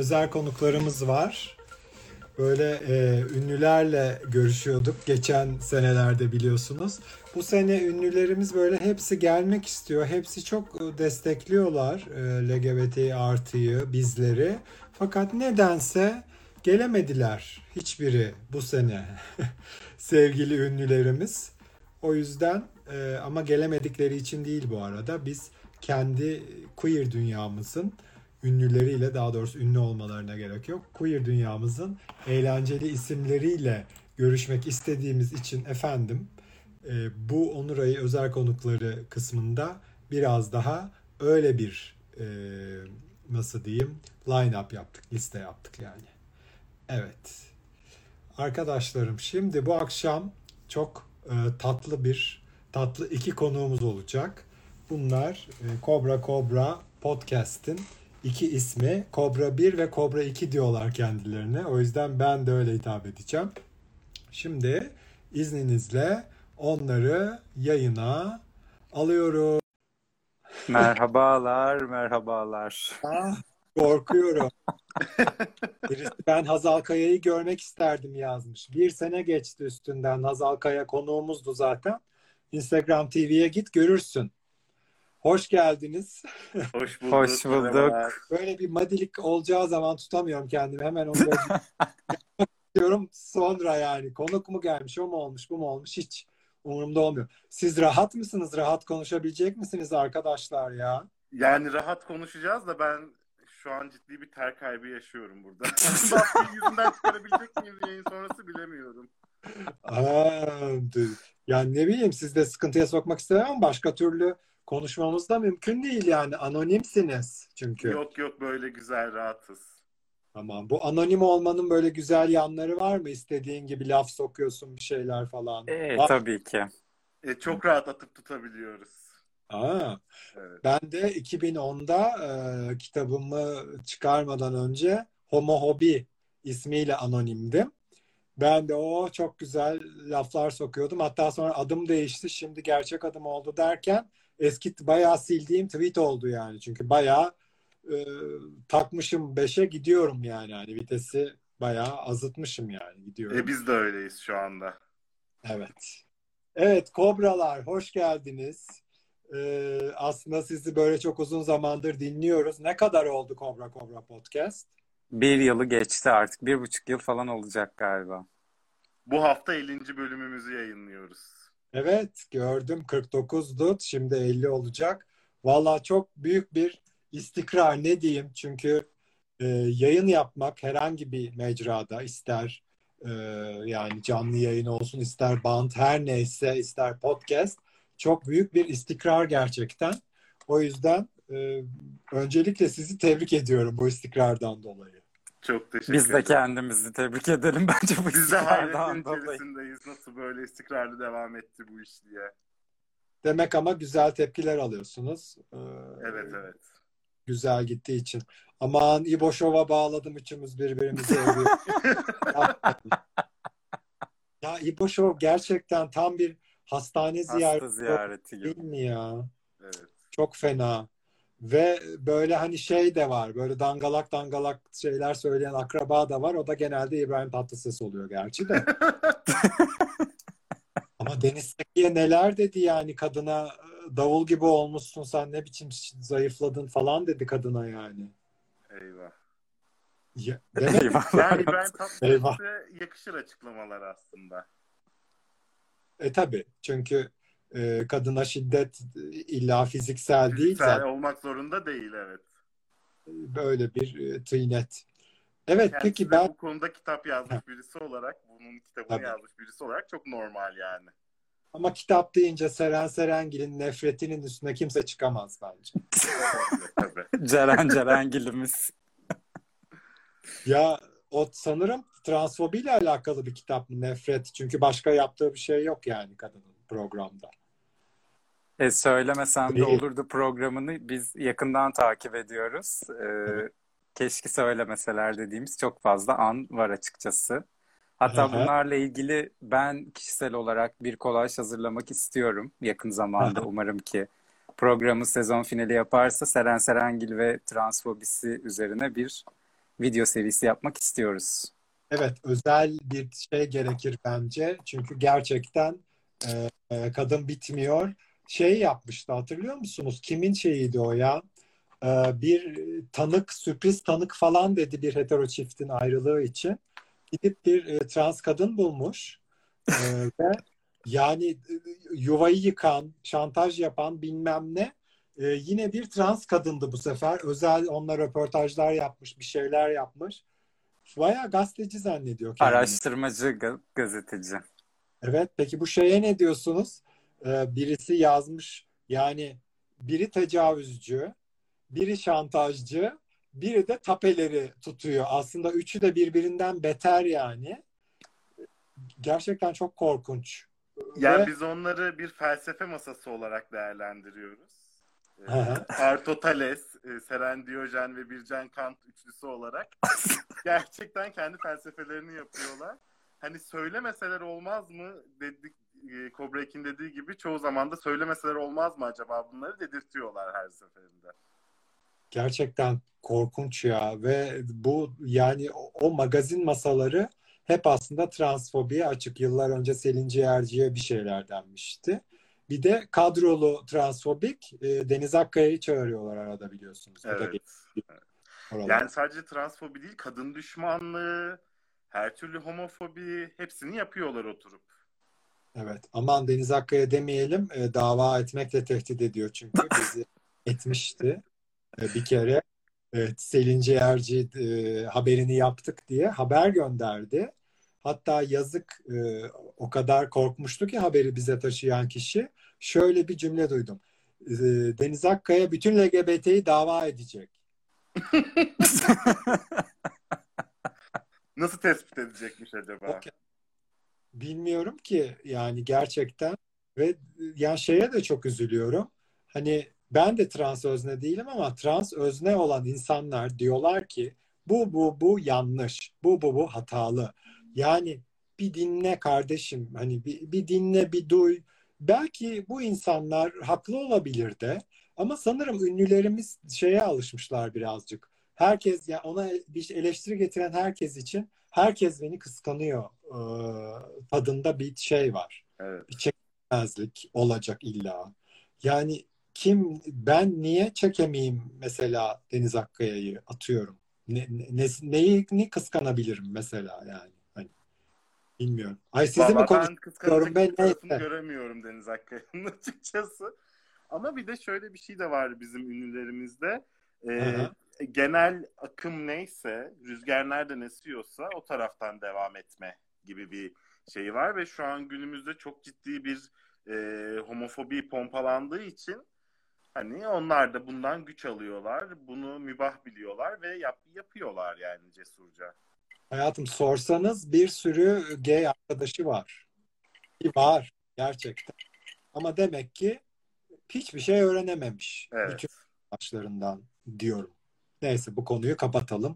özel konuklarımız var. Böyle ünlülerle görüşüyorduk geçen senelerde biliyorsunuz. Bu sene ünlülerimiz böyle hepsi gelmek istiyor. Hepsi çok destekliyorlar LGBT artıyı, bizleri. Fakat nedense gelemediler hiçbiri bu sene sevgili ünlülerimiz. O yüzden ama gelemedikleri için değil bu arada. Biz kendi queer dünyamızın ünlüleriyle, daha doğrusu ünlü olmalarına gerek yok, queer dünyamızın eğlenceli isimleriyle görüşmek istediğimiz için efendim bu Onur Ayı özel konukları kısmında biraz daha öyle bir nasıl diyeyim line-up yaptık, liste yaptık yani. Evet. Arkadaşlarım, şimdi bu akşam çok tatlı iki konuğumuz olacak. Bunlar Kobra Kobra Podcast'in iki ismi. Kobra 1 ve Kobra 2 diyorlar kendilerine. O yüzden ben de öyle hitap edeceğim. Şimdi izninizle onları yayına alıyorum. Merhabalar, merhabalar. Ah, korkuyorum. Birisi ben Hazal Kaya'yı görmek isterdim yazmış. Bir sene geçti üstünden. Hazal Kaya konuğumuzdu zaten. Instagram TV'ye git görürsün. Hoş geldiniz. Hoş bulduk. Hoş bulduk. Böyle bir madilik olacağı zaman tutamıyorum kendimi. Hemen onu böyle diyorum sonra yani. Konuk mu gelmiş, o mu olmuş, bu mu olmuş hiç umurumda olmuyor. Siz rahat mısınız? Rahat konuşabilecek misiniz arkadaşlar ya? Yani rahat konuşacağız da ben şu an ciddi bir ter kaybı yaşıyorum burada. Maskeyi yüzünden çıkarabilecek miyim yayın sonrası bilemiyorum. Yani ne bileyim siz de sıkıntıya sokmak istemem ama başka türlü konuşmamız da mümkün değil yani. Anonimsiniz çünkü. Yok böyle güzel rahatız. Tamam. Bu anonim olmanın böyle güzel yanları var mı? İstediğin gibi laf sokuyorsun bir şeyler falan. Var. Tabii ki. Çok rahat atıp tutabiliyoruz. Aa, Evet. ben de 2010'da kitabımı çıkarmadan önce Homo Hobi ismiyle anonimdim. Ben de o çok güzel laflar sokuyordum. Hatta sonra adım değişti. Şimdi gerçek adım oldu derken eski bayağı sildiğim tweet oldu yani. Çünkü bayağı takmışım 5'e gidiyorum yani. Hani vitesi bayağı azıtmışım yani gidiyorum. Biz de öyleyiz şu anda. Evet. Evet Kobralar hoş geldiniz. Aslında sizi böyle çok uzun zamandır dinliyoruz. Ne kadar oldu Kobra Kobra Podcast? 1 yılı geçti artık. 1,5 yıl falan olacak galiba. Bu hafta 50. bölümümüzü yayınlıyoruz. Evet gördüm 49'du şimdi 50 olacak. Valla çok büyük bir istikrar ne diyeyim çünkü yayın yapmak herhangi bir mecrada ister e, yani canlı yayın olsun ister band her neyse ister podcast çok büyük bir istikrar gerçekten. O yüzden öncelikle sizi tebrik ediyorum bu istikrardan dolayı. Çok teşekkür Biz de ederim. kendimizi tebrik edelim bence bu Biz de istikrardan hayretin dolayı. içerisindeyiz. Nasıl böyle istikrarlı devam etti bu iş diye. Demek ama güzel tepkiler alıyorsunuz. Evet. Güzel gittiği için. Aman İbo Show'a bağladım üçümüz birbirimizi övüyor. Ya İbo Show gerçekten tam bir hastane Hasta ziyareti ziyareti değil gibi. mi ya? Evet. Çok fena. Ve böyle hani şey de var. Böyle dangalak dangalak şeyler söyleyen akraba da var. O da genelde İbrahim Tatlıses oluyor gerçi de. Ama Deniz Teki'ye neler dedi yani kadına davul gibi olmuşsun sen ne biçim zayıfladın falan dedi kadına yani. Eyvah. Ya, demek Eyvallah. Yani İbrahim eyvah. Tatlıses'e yakışır açıklamalar aslında. Tabii çünkü kadına şiddet illa fiziksel değil Fiziksel zaten olmak zorunda değil, evet. böyle bir tıynet. Evet Kendisi peki de ben bu konuda kitap yazmış birisi olarak, bunun kitabını tabii. yazmış birisi olarak çok normal yani. Ama kitap deyince Seren Serengil'in nefretinin üstüne kimse çıkamaz bence. Tabii. Cerengilimiz. Ya o sanırım transfobiyle alakalı bir kitap mı nefret? Çünkü başka yaptığı bir şey yok yani kadının programda. Söylemesem de Değil. olurdu programını biz yakından takip ediyoruz. Evet. Keşke söylemeseler dediğimiz çok fazla an var açıkçası. Hatta Aha, bunlarla ilgili ben kişisel olarak bir kolaj hazırlamak istiyorum yakın zamanda. aha. Umarım ki programı sezon finali yaparsa Seren Serengil ve transfobisi üzerine bir video serisi yapmak istiyoruz. Evet, özel bir şey gerekir bence. Çünkü gerçekten kadın bitmiyor. Şey yapmıştı, hatırlıyor musunuz? Kimin şeyiydi o ya? Bir tanık, sürpriz tanık falan dedi bir hetero çiftin ayrılığı için. Gidip bir trans kadın bulmuş. E, ve yani yuvayı yıkan, şantaj yapan bilmem ne. Yine bir trans kadındı bu sefer. Özel onunla röportajlar yapmış, bir şeyler yapmış. Bayağı gazeteci zannediyor kendini. Araştırmacı gazeteci. Evet, peki bu şeye ne diyorsunuz? Birisi yazmış, yani biri tecavüzcü, biri şantajcı, biri de tapeleri tutuyor. Aslında üçü de birbirinden beter yani. Gerçekten çok korkunç. Yani Ve biz onları bir felsefe masası olarak değerlendiriyoruz. hı hı, Aristoteles, Seren Diyojen ve Bircan Kant üçlüsü olarak gerçekten kendi felsefelerini yapıyorlar. Hani söylemeseler olmaz mı dedik, Kubrick'in dediği gibi çoğu zaman da söylemeseler olmaz mı acaba bunları dedirtiyorlar her seferinde. gerçekten korkunç ya. Ve bu yani o magazin masaları hep aslında transfobiye açık. Yıllar önce Selin Ciğerci'ye bir şeyler denmişti. Bir de kadrolu transfobik Deniz Akkaya'yı çağırıyorlar arada, biliyorsunuz. O da Evet. geliyor oralara. Yani sadece transfobi değil, kadın düşmanlığı, her türlü homofobi hepsini yapıyorlar oturup. Evet. Aman Deniz Akkaya demeyelim. Dava etmekle tehdit ediyor çünkü. Bizi etmişti. Bir kere Selin Ciğerci haberini yaptık diye haber gönderdi. Hatta yazık, o kadar korkmuştu ki haberi bize taşıyan kişi. Şöyle bir cümle duydum. E, Deniz Akkaya bütün LGBT'yi dava edecek. Nasıl tespit edecekmiş acaba? Okey. Bilmiyorum ki yani gerçekten. Ve yani şeye de çok üzülüyorum. Hani ben de trans özne değilim ama trans özne olan insanlar diyorlar ki bu yanlış. Bu hatalı. Yani bir dinle kardeşim. Hani bir dinle, bir duy. Belki bu insanlar haklı olabilir de, ama sanırım ünlülerimiz şeye alışmışlar birazcık. Herkes, ya ona bir eleştiri getiren herkes için herkes beni kıskanıyor tadında bir şey var. Evet. Bir çekemezlik olacak illa. Yani ben niye çekemeyeyim mesela Deniz Akkaya'yı, atıyorum. Neyini kıskanabilirim mesela yani. Hani bilmiyorum. Ay, sizi mi Valla ben konuşuyorum kıskanacak ben, bir tarafını neyse. göremiyorum Deniz Akkaya'nın açıkçası. Ama bir de şöyle bir şey de var bizim ünlülerimizde. Hı Ee, hı. genel akım neyse, rüzgar nereden esiyorsa o taraftan devam etme gibi bir şey var. Ve şu an günümüzde çok ciddi bir homofobi pompalandığı için hani onlar da bundan güç alıyorlar. Bunu mübah biliyorlar ve yapıyorlar yani cesurca. Hayatım, sorsanız bir sürü gay arkadaşı var. Var gerçekten. Ama demek ki hiçbir şey öğrenememiş bütün Evet. başlarından diyorum. Neyse, bu konuyu kapatalım.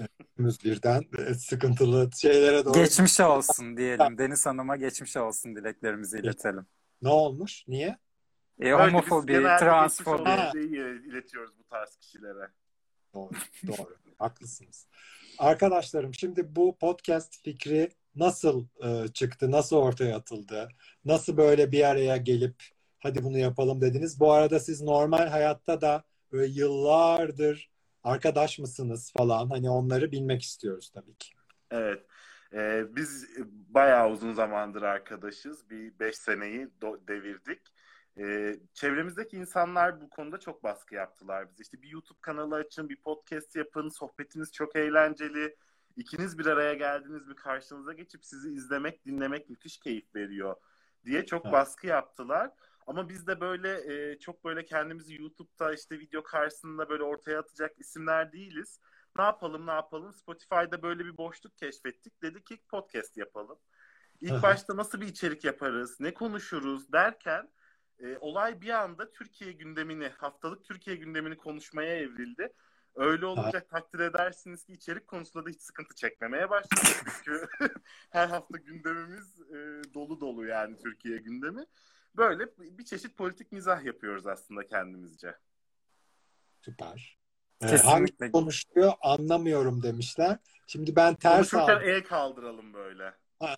Birden sıkıntılı şeylere doğru gitti. Geçmiş olsun diyelim. Deniz Hanım'a geçmiş olsun dileklerimizi iletelim. Ne olmuş? Niye? Öyle biz Homofobi, genelde geçmiş olsun transfobi. Ha, diye iletiyoruz bu tarz kişilere. doğru. Haklısınız. Arkadaşlarım, şimdi bu podcast fikri nasıl çıktı? Nasıl ortaya atıldı? Nasıl böyle bir araya gelip hadi bunu yapalım dediniz? Bu arada siz normal hayatta da böyle yıllardır arkadaş mısınız falan? Hani onları bilmek istiyoruz tabii ki. Evet. Biz bayağı uzun zamandır arkadaşız. Bir 5 seneyi devirdik. Çevremizdeki insanlar bu konuda çok baskı yaptılar bize. İşte bir YouTube kanalı açın, bir podcast yapın, sohbetiniz çok eğlenceli. İkiniz bir araya geldiniz mi karşınıza geçip sizi izlemek, dinlemek müthiş keyif veriyor diye çok Ha, baskı yaptılar. Ama biz de böyle çok böyle kendimizi YouTube'da işte video karşısında böyle ortaya atacak isimler değiliz. Ne yapalım ne yapalım? Spotify'da böyle bir boşluk keşfettik. Dedik ki podcast yapalım. İlk ha, başta nasıl bir içerik yaparız, ne konuşuruz derken olay bir anda Türkiye gündemini, haftalık Türkiye gündemini konuşmaya evrildi. Öyle ha. olunca takdir edersiniz ki içerik konusunda da hiç sıkıntı çekmemeye başladık. Çünkü her hafta gündemimiz dolu dolu yani Türkiye gündemi. Böyle bir çeşit politik mizah yapıyoruz aslında kendimizce. Süper. Hangi Kesinlikle. konuşuyor anlamıyorum demişler. Şimdi ben ters Konuşurken aldım. el kaldıralım böyle. Ha,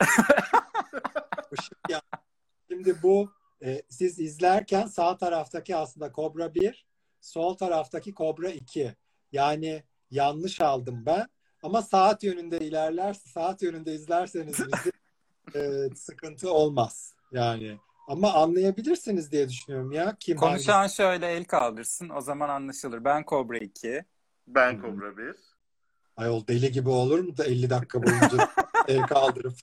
şimdi bu siz izlerken sağ taraftaki aslında Kobra 1, sol taraftaki Kobra 2. Yani yanlış aldım ben. Ama saat yönünde izlerseniz bizi sıkıntı olmaz. Yani ama anlayabilirsiniz diye düşünüyorum ya kim Konuşan hangisi. şöyle el kaldırsın, o zaman anlaşılır. Ben Kobra 2. Ben Hmm. Kobra 1. Ayol deli gibi olur mu da 50 dakika boyunca el kaldırıp.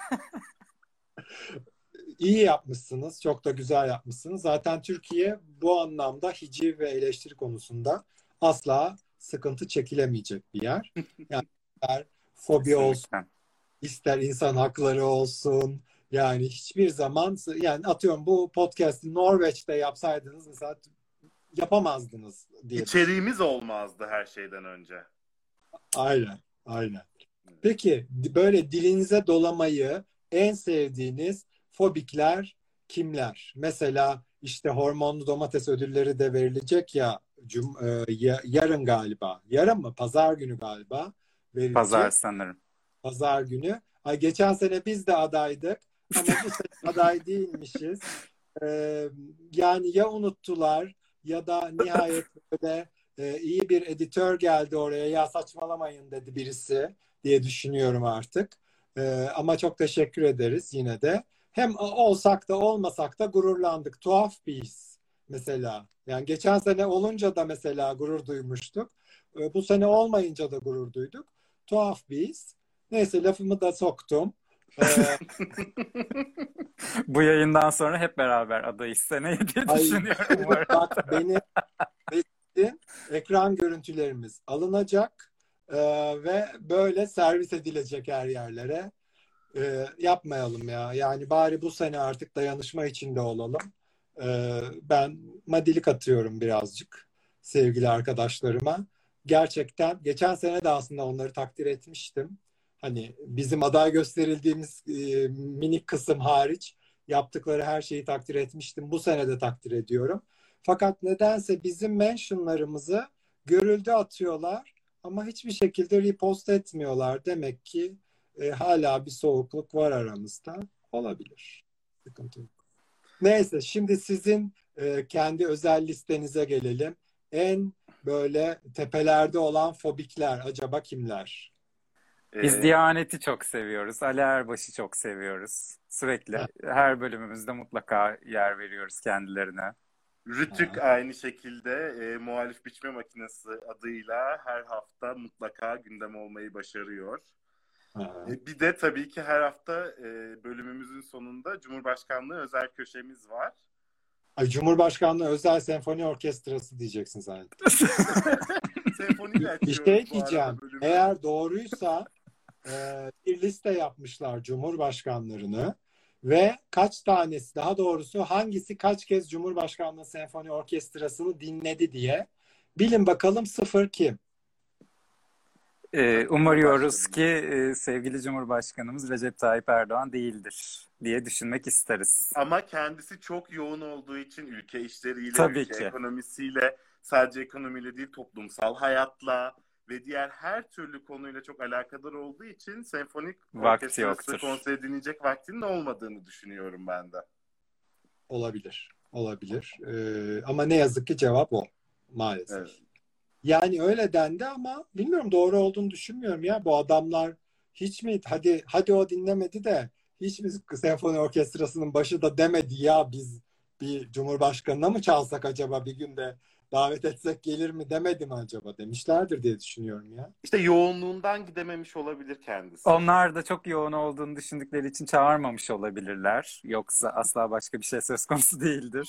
İyi yapmışsınız. Çok da güzel yapmışsınız. Zaten Türkiye bu anlamda hiciv ve eleştiri konusunda asla sıkıntı çekilemeyecek bir yer. Yani ister fobi olsun, Kesinlikle. ister insan hakları olsun. Yani hiçbir zaman yani atıyorum bu podcast'i Norveç'te yapsaydınız mesela yapamazdınız diye düşünüyorum. İçeriğimiz olmazdı her şeyden önce. Aynen, aynen. Peki böyle dilinize dolamayı en sevdiğiniz fobikler kimler? Mesela işte hormonlu domates ödülleri de verilecek ya, yarın galiba. Yarın mı? Pazar günü galiba Pazar verilecek. sanırım. Pazar günü. Ay, geçen sene biz de adaydık ama bu sene aday değilmişiz. Ee, Yani ya unuttular ya da nihayet böyle iyi bir editör geldi oraya, ya saçmalamayın dedi birisi diye düşünüyorum artık. Ama çok teşekkür ederiz yine de. Hem olsak da olmasak da gururlandık. Tuhaf bir his mesela. Yani geçen sene olunca da mesela gurur duymuştuk. Bu sene olmayınca da gurur duyduk. Tuhaf bir his. Neyse, lafımı da soktum. Ee, Bu yayından sonra hep beraber adayız seneye diye Ay düşünüyorum bu şimdi arada. bak, benim ekran görüntülerimiz alınacak ve böyle servis edilecek her yerlere. Yapmayalım ya. Yani bari bu sene artık dayanışma içinde olalım. Ben madilik atıyorum birazcık sevgili arkadaşlarıma. Gerçekten geçen sene de aslında onları takdir etmiştim. Hani bizim aday gösterildiğimiz minik kısım hariç yaptıkları her şeyi takdir etmiştim. Bu sene de takdir ediyorum. Fakat nedense bizim mentionlarımızı görüldü atıyorlar ama hiçbir şekilde repost etmiyorlar. Demek ki hala bir soğukluk var aramızda. Olabilir. Sıkıntı yok. Neyse, şimdi sizin kendi özel listenize gelelim. En böyle tepelerde olan fobikler acaba kimler? Biz Ee, Diyanet'i çok seviyoruz. Ali Erbaş'ı çok seviyoruz. Sürekli Ha, her bölümümüzde mutlaka yer veriyoruz kendilerine. Rütük ha, aynı şekilde muhalif biçme makinesi adıyla her hafta mutlaka gündem olmayı başarıyor. ha. Bir de tabii ki her hafta bölümümüzün sonunda Cumhurbaşkanlığı özel köşemiz var. Ay, Cumhurbaşkanlığı Özel Senfoni Orkestrası diyeceksin zannettim. Senfoniyle Bir şey açıyoruz bu diyeceğim. arada bölümü. Eğer doğruysa bir liste yapmışlar Cumhurbaşkanlarını ve kaç tanesi, daha doğrusu hangisi kaç kez Cumhurbaşkanlığı Senfoni Orkestrası'nı dinledi diye. Bilin bakalım, sıfır kim? Umuyoruz ki Cumhurbaşkanımız. sevgili Cumhurbaşkanımız Recep Tayyip Erdoğan değildir diye düşünmek isteriz. Ama kendisi çok yoğun olduğu için ülke işleriyle, Tabii ülke ki. ekonomisiyle, sadece ekonomiyle değil toplumsal hayatla ve diğer her türlü konuyla çok alakadar olduğu için senfonik Vakti orkestrası yoktur. konseri dinleyecek vaktinin olmadığını düşünüyorum ben de. Olabilir. Olabilir. Ama ne yazık ki cevap o. Maalesef. Evet. Yani öyle dendi ama bilmiyorum, doğru olduğunu düşünmüyorum ya. Bu adamlar hiç mi, hadi o dinlemedi de hiç mi senfoni orkestrasının başı da demedi ya, biz bir cumhurbaşkanına mı çalsak acaba, bir günde davet etsek gelir mi demedi mi acaba, demişlerdir diye düşünüyorum ya. İşte yoğunluğundan gidememiş olabilir kendisi. Onlar da çok yoğun olduğunu düşündükleri için çağırmamış olabilirler. Yoksa asla başka bir şey söz konusu değildir.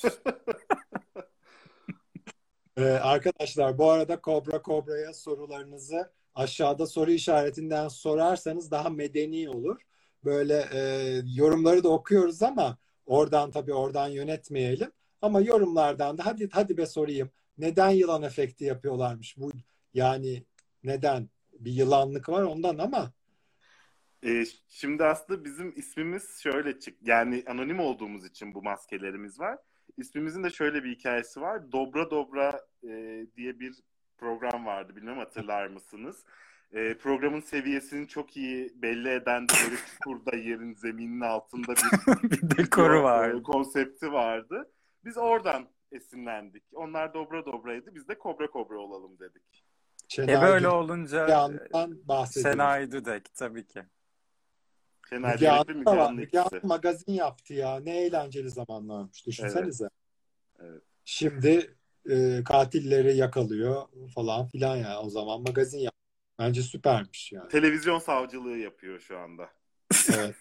Arkadaşlar, bu arada Kobra'ya sorularınızı aşağıda soru işaretinden sorarsanız daha medeni olur. Böyle yorumları da okuyoruz ama oradan yönetmeyelim. Ama yorumlardan da hadi be sorayım. Neden yılan efekti yapıyorlarmış? Bu yani neden? Bir yılanlık var ondan ama Şimdi aslında bizim ismimiz şöyle yani anonim olduğumuz için bu maskelerimiz var. İsmimizin de şöyle bir hikayesi var. Dobra Dobra diye bir program vardı. Bilmem hatırlar mısınız? Programın seviyesini çok iyi belli eden de böyle çukurda yerin zeminin altında bir Bir dekoru vardı. konsepti vardı. Biz oradan esinlendik. Onlar dobra dobraydı. Biz de kobra kobra olalım dedik. Böyle olunca Müge bahsediyoruz. Şenay Düdek tabii ki. Şenay Müge Düdek ve Anlı Müge da var. Anlı Müge Anlı ikisi. magazin yaptı ya. Ne eğlenceli zamanlarmış. Düşünsenize. Evet. Şimdi katilleri yakalıyor falan filan ya. O zaman magazin yaptı. Bence süpermiş yani. Televizyon savcılığı yapıyor şu anda. Evet.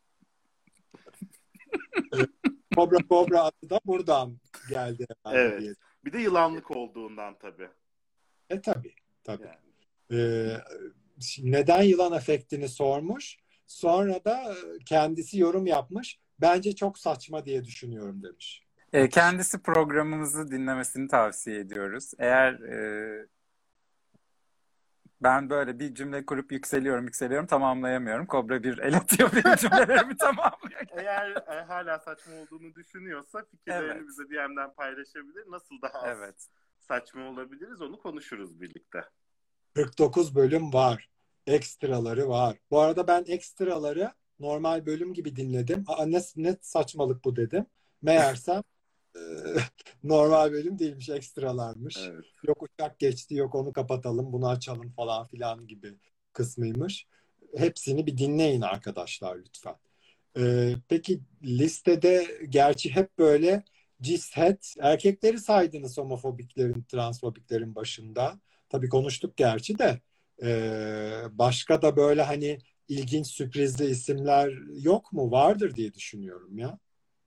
Kobra Kobra adı da buradan geldi herhalde Evet. diye. Bir de yılanlık olduğundan tabii. Tabii. Yani. Neden yılan efektini sormuş. Sonra da kendisi yorum yapmış. Bence çok saçma diye düşünüyorum demiş. Kendisi programımızı dinlemesini tavsiye ediyoruz. Eğer ben böyle bir cümle kurup yükseliyorum, tamamlayamıyorum. Kobra bir el atıyor, benim cümlelerimi tamamlıyor. Eğer hala saçma olduğunu düşünüyorsa fikirlerini Evet. bize DM'den paylaşabilir. Nasıl daha az Evet. saçma olabiliriz onu konuşuruz birlikte. 49 bölüm var. Ekstraları var. Bu arada ben ekstraları normal bölüm gibi dinledim. Ne saçmalık bu dedim. Meğersem normal bölüm değilmiş, ekstralarmış. Evet. Yok uçak geçti, yok onu kapatalım, bunu açalım falan filan gibi kısmıymış. Hepsini bir dinleyin arkadaşlar lütfen. Peki listede gerçi hep böyle cishet erkekleri saydınız homofobiklerin, transfobiklerin başında. Tabii konuştuk gerçi de başka da böyle hani ilginç sürprizli isimler yok mu? Vardır diye düşünüyorum ya.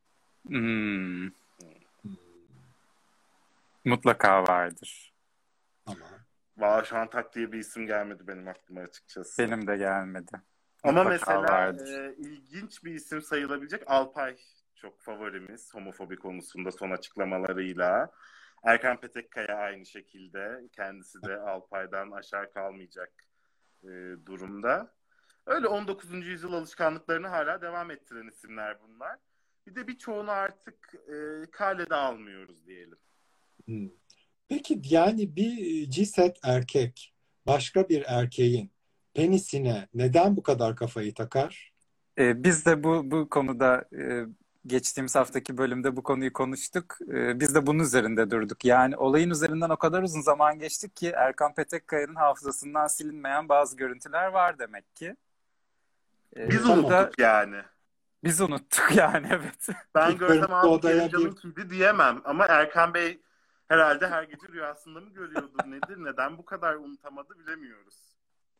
Mutlaka vardır. Ama Valla şu an tak diye bir isim gelmedi benim aklıma açıkçası. Benim de gelmedi. Ama Mutlaka mesela vardır. ilginç bir isim sayılabilecek Alpay çok favorimiz homofobi konusunda son açıklamalarıyla. Erkan Petekkaya aynı şekilde. Kendisi de Alpay'dan aşağı kalmayacak durumda. Öyle 19. yüzyıl alışkanlıklarını hala devam ettiren isimler bunlar. Bir de birçoğunu artık kalede almıyoruz diyelim. Peki yani bir cishet erkek başka bir erkeğin penisine neden bu kadar kafayı takar? Biz de bu konuda geçtiğimiz haftaki bölümde bu konuyu konuştuk. Biz de bunun üzerinde durduk. Yani olayın üzerinden o kadar uzun zaman geçtik ki Erkan Petekkaya'nın hafızasından silinmeyen bazı görüntüler var demek ki. Biz Tamam. unuttuk yani. Biz unuttuk yani, evet. Ben Bir görsem kırmızı abi odaya Kerimcan'ınkiydi diyemem. Ama Erkan Bey herhalde her gece rüyasında mı görüyordur nedir? Neden bu kadar unutamadı bilemiyoruz.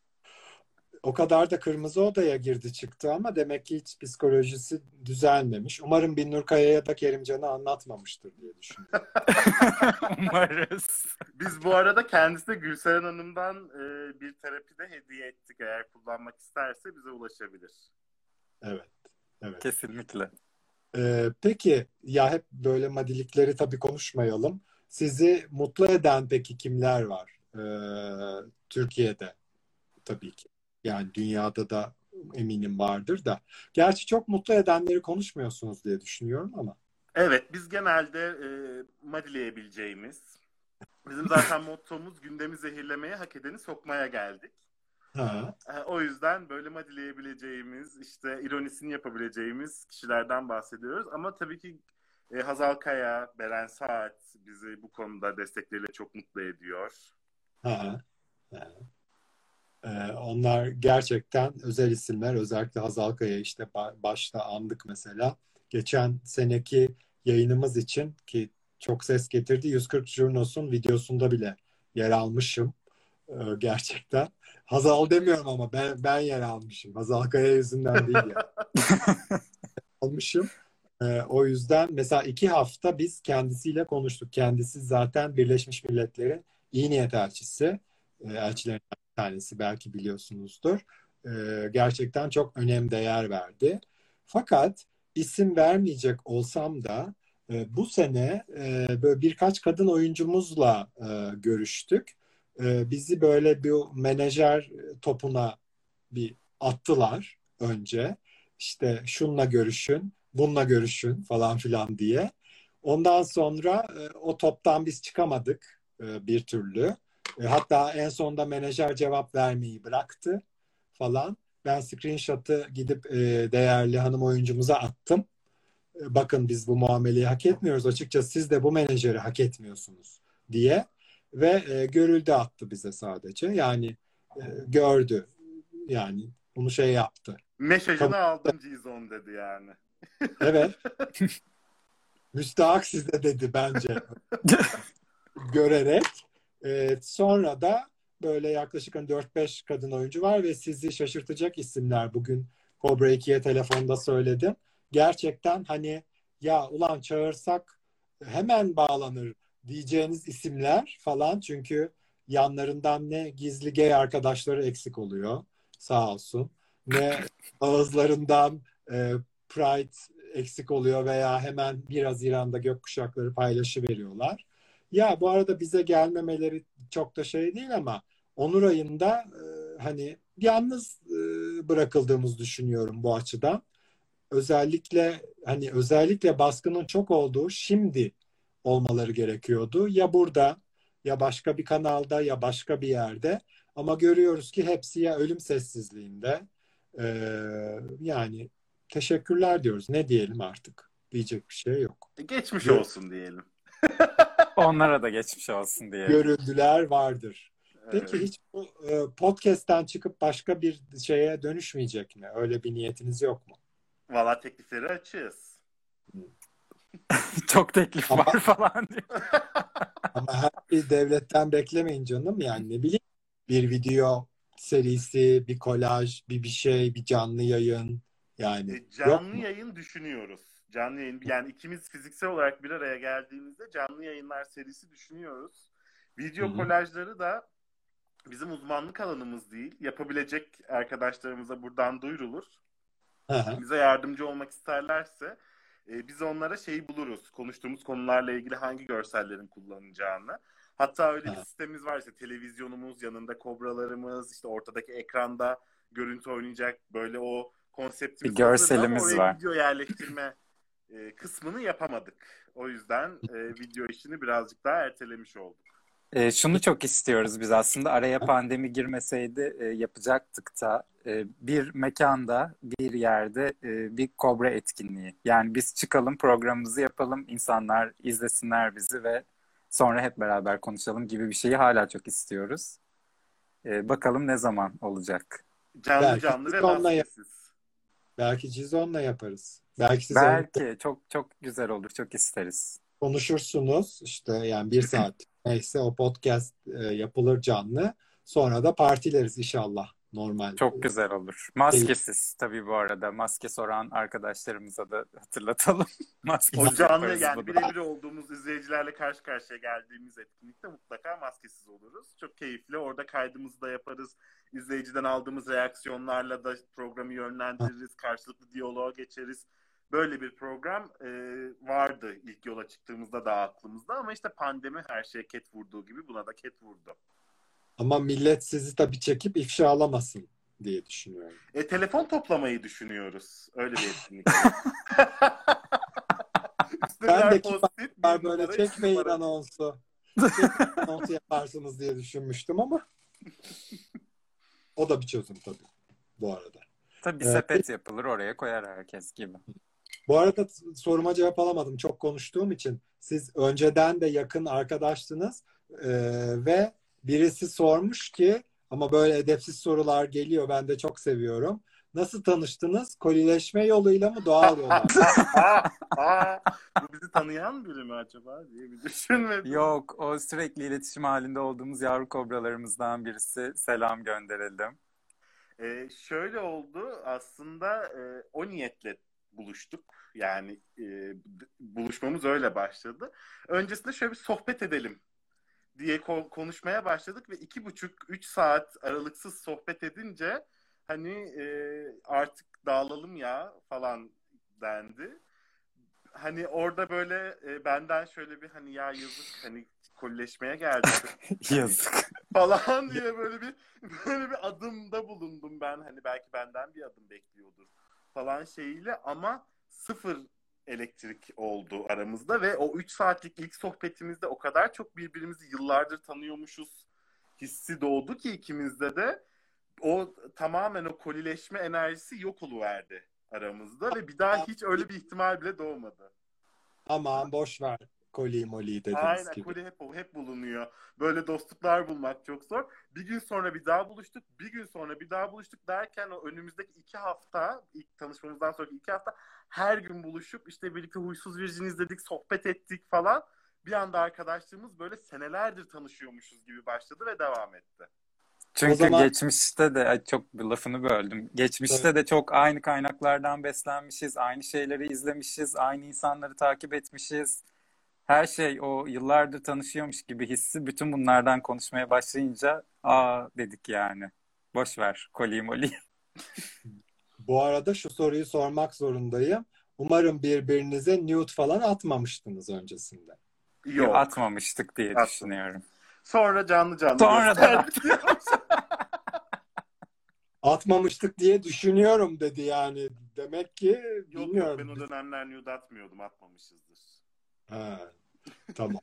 O kadar da kırmızı odaya girdi çıktı ama demek ki hiç psikolojisi düzelmemiş. Umarım Binnur Kaya'ya da Kerimcan'ı anlatmamıştır diye düşünüyorum. Umarız. Biz bu arada kendisine Gülseren Hanım'dan bir terapi de hediye ettik. Eğer kullanmak isterse bize ulaşabilir. Evet. Kesinlikle. Peki ya hep böyle madilikleri tabii konuşmayalım. Sizi mutlu eden peki kimler var? Türkiye'de tabii ki. Yani dünyada da eminim vardır da. Gerçi çok mutlu edenleri konuşmuyorsunuz diye düşünüyorum ama. Evet, biz genelde madileyebileceğimiz, bizim zaten mottomuz gündemi zehirlemeye, hak edeni sokmaya geldik. Ha. O yüzden böyle madileyebileceğimiz, işte ironisini yapabileceğimiz kişilerden bahsediyoruz. Ama tabii ki Hazal Kaya, Beren Saat bizi bu konuda destekleriyle çok mutlu ediyor. Ha. Onlar gerçekten özel isimler. Özellikle Hazal Kaya işte başta andık mesela. Geçen seneki yayınımız için ki çok ses getirdi. 140 Jurnos'un videosunda bile yer almışım. Gerçekten. Hazal demiyorum ama ben yer almışım. Hazal Kaya yüzünden değil yani. Almışım. O yüzden mesela 2 hafta biz kendisiyle konuştuk. Kendisi zaten Birleşmiş Milletler'in iyi niyet elçisi. Elçilerinden bir tanesi belki biliyorsunuzdur. Gerçekten çok önem değer verdi. Fakat isim vermeyecek olsam da bu sene böyle birkaç kadın oyuncumuzla görüştük. Bizi böyle bir menajer topuna bir attılar önce. İşte şunla görüşün, bununla görüşün falan filan diye. Ondan sonra o toptan biz çıkamadık bir türlü. Hatta en sonunda menajer cevap vermeyi bıraktı falan. Ben screenshot'ı gidip değerli hanım oyuncumuza attım. Bakın biz bu muameleyi hak etmiyoruz. Açıkçası siz de bu menajeri hak etmiyorsunuz diye. Ve görüldü attı bize sadece. Yani gördü. Yani bunu şey yaptı. Mesajını Kabul. aldım Cizon dedi yani. Evet. Müstahak size dedi bence. Görerek. Sonra da böyle yaklaşık 4-5 kadın oyuncu var ve sizi şaşırtacak isimler. Bugün Cobra 2'ye telefonda söyledim. Gerçekten hani ya ulan çağırsak hemen bağlanır diyeceğiniz isimler falan. Çünkü yanlarından ne gizli gay arkadaşları eksik oluyor sağ olsun. Ne ağızlarından Pride eksik oluyor veya hemen 1 Haziran'da gökkuşakları paylaşı veriyorlar. Ya bu arada bize gelmemeleri çok da şey değil ama Onur ayında hani yalnız bırakıldığımızı düşünüyorum bu açıdan. Özellikle baskının çok olduğu şimdi olmaları gerekiyordu. Ya burada ya başka bir kanalda ya başka bir yerde. Ama görüyoruz ki hepsi ya ölüm sessizliğinde. Yani teşekkürler diyoruz. Ne diyelim artık? Diyecek bir şey yok. Geçmiş olsun diyelim. Onlara da geçmiş olsun diye. Görüldüler vardır. Peki Evet. hiç bu podcast'ten çıkıp başka bir şeye dönüşmeyecek mi? Öyle bir niyetiniz yok mu? Valla teklifleri açığız. Çok teklif Ama, var falan diyor. ama her bir devletten beklemeyin canım. Yani ne bileyim bir video serisi, bir kolaj, bir şey, bir canlı yayın. Yani yok Canlı mu? yayın düşünüyoruz. Canlı yayın yani ikimiz fiziksel olarak bir araya geldiğimizde canlı yayınlar serisi düşünüyoruz. Hı Video hı. kolajları da bizim uzmanlık alanımız değil. Yapabilecek arkadaşlarımıza buradan duyurulur. Hı hı. Bize yardımcı olmak isterlerse biz onlara şeyi buluruz. Konuştuğumuz konularla ilgili hangi görsellerin kullanılacağını. Hatta öyle Hı bir hı. sistemimiz var, işte televizyonumuz, yanında kobralarımız, işte ortadaki ekranda görüntü oynayacak, böyle o Bir konseptimiz hazırdı ama görselimiz oraya var. video yerleştirme kısmını yapamadık. O yüzden video işini birazcık daha ertelemiş olduk. Şunu çok istiyoruz biz aslında. Araya pandemi girmeseydi yapacaktık da bir mekanda, bir yerde bir kobra etkinliği. Yani biz çıkalım, programımızı yapalım, insanlar izlesinler bizi ve sonra hep beraber konuşalım gibi bir şeyi hala çok istiyoruz. Bakalım ne zaman olacak. Canlı Belki canlı ve Cizon'la maskesiz. belki Cizon'la yaparız. Belki siz onu Belki çok çok güzel olur, çok isteriz. konuşursunuz işte yani 1 saat neyse o podcast yapılır canlı. Sonra da partileriz inşallah normal. Çok güzel olur. Değil. Maskesiz tabii bu arada. Maske soran arkadaşlarımıza da hatırlatalım. O Maskesiz canlı yaparız yani bunu. birebir olduğumuz izleyicilerle karşı karşıya geldiğimiz etkinlikte mutlaka maskesiz oluruz. Çok keyifli. Orada kaydımızı da yaparız. İzleyiciden aldığımız reaksiyonlarla da programı yönlendiririz. Karşılıklı diyaloğa geçeriz. Böyle bir program vardı ilk yola çıktığımızda da aklımızda ama işte pandemi her şeye ket vurduğu gibi buna da ket vurdu. Ama millet sizi tabii çekip ifşalamasın diye düşünüyorum. Telefon toplamayı düşünüyoruz. Öyle bir etkinlik. Üstüne Ben birer de kim post-it, var bir böyle numara, 2 çekmeyin numara. anonsu. Çekmeyin anonsu yaparsınız diye düşünmüştüm ama o da bir çözüm tabii bu arada. Tabii Peki, sepet yapılır oraya koyar herkes gibi. bu arada soruma cevap alamadım çok konuştuğum için. Siz önceden de yakın arkadaştınız ve birisi sormuş ki ama böyle edepsiz sorular geliyor ben de çok seviyorum. Nasıl tanıştınız? Kolileşme yoluyla mı doğal yolla mı? Bu bizi tanıyan biri mi acaba diye bir düşünmedim. Yok, o sürekli iletişim halinde olduğumuz yavru kobralarımızdan birisi. Selam gönderelim. Şöyle oldu aslında, o niyetle buluştuk. Yani buluşmamız öyle başladı. Öncesinde şöyle bir sohbet edelim diye konuşmaya başladık ve 2,5-3 saat aralıksız sohbet edince hani artık dağılalım ya falan dendi. Hani orada böyle benden şöyle bir hani ya yazık hani kolleşmeye geldik hani Yazık. falan diye böyle bir adımda bulundum ben, hani belki benden bir adım bekliyordur falan şeyiyle, ama sıfır elektrik oldu aramızda ve o 3 saatlik ilk sohbetimizde o kadar çok birbirimizi yıllardır tanıyormuşuz hissi doğdu ki ikimizde de o tamamen o kolileşme enerjisi yok oluverdi aramızda ve bir daha hiç öyle bir ihtimal bile doğmadı. Aman boş ver koli moli dediniz Aynen, gibi. koli hep bulunuyor. Böyle dostluklar bulmak çok zor. Bir gün sonra bir daha buluştuk. Bir gün sonra bir daha buluştuk derken o önümüzdeki 2 hafta, ilk tanışmamızdan sonraki 2 hafta her gün buluşup işte birlikte Huysuz Virgin izledik, sohbet ettik falan. Bir anda arkadaşlığımız böyle senelerdir tanışıyormuşuz gibi başladı ve devam etti. O Çünkü zaman geçmişte de ay çok lafını böldüm. Geçmişte de çok aynı kaynaklardan beslenmişiz, aynı şeyleri izlemişiz, aynı insanları takip etmişiz. Her şey o yıllardır tanışıyormuş gibi hissi bütün bunlardan konuşmaya başlayınca dedik yani. Boş ver koli moli. bu arada şu soruyu sormak zorundayım. Umarım birbirinize nude falan atmamıştınız öncesinde. Yok. Atmamıştık diye Atmamıştık. düşünüyorum. Sonra canlı Sonra da gösterdik. Atmamıştık diye düşünüyorum dedi yani. Demek ki Yok ben bilmiyorum. o dönemler nude atmıyordum, atmamışızdır. Ha, tamam.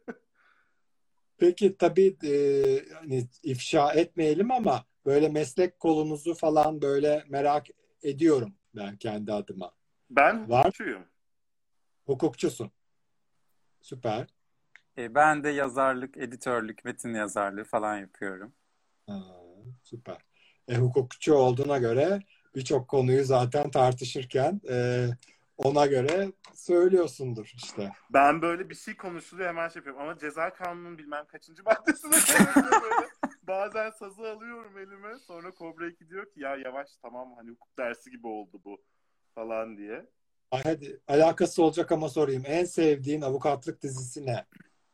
Peki tabii hani ifşa etmeyelim ama böyle meslek kolunuzu falan böyle merak ediyorum ben kendi adıma. Ben Var mı? hukukçuyum. Hukukçusun. Süper. ben de yazarlık, editörlük, metin yazarlığı falan yapıyorum. Ha, süper. Hukukçu olduğuna göre birçok konuyu zaten tartışırken ona göre söylüyorsundur işte. Ben böyle bir şey konuşuluyor hemen şey yapıyorum ama ceza kanunun bilmem kaçıncı maddesine konuşuyor böyle. Bazen sazı alıyorum elime, sonra Kobra 2 diyor ki ya yavaş tamam, hani hukuk dersi gibi oldu bu falan diye. Ay, hadi alakası olacak ama sorayım. En sevdiğin avukatlık dizisi ne?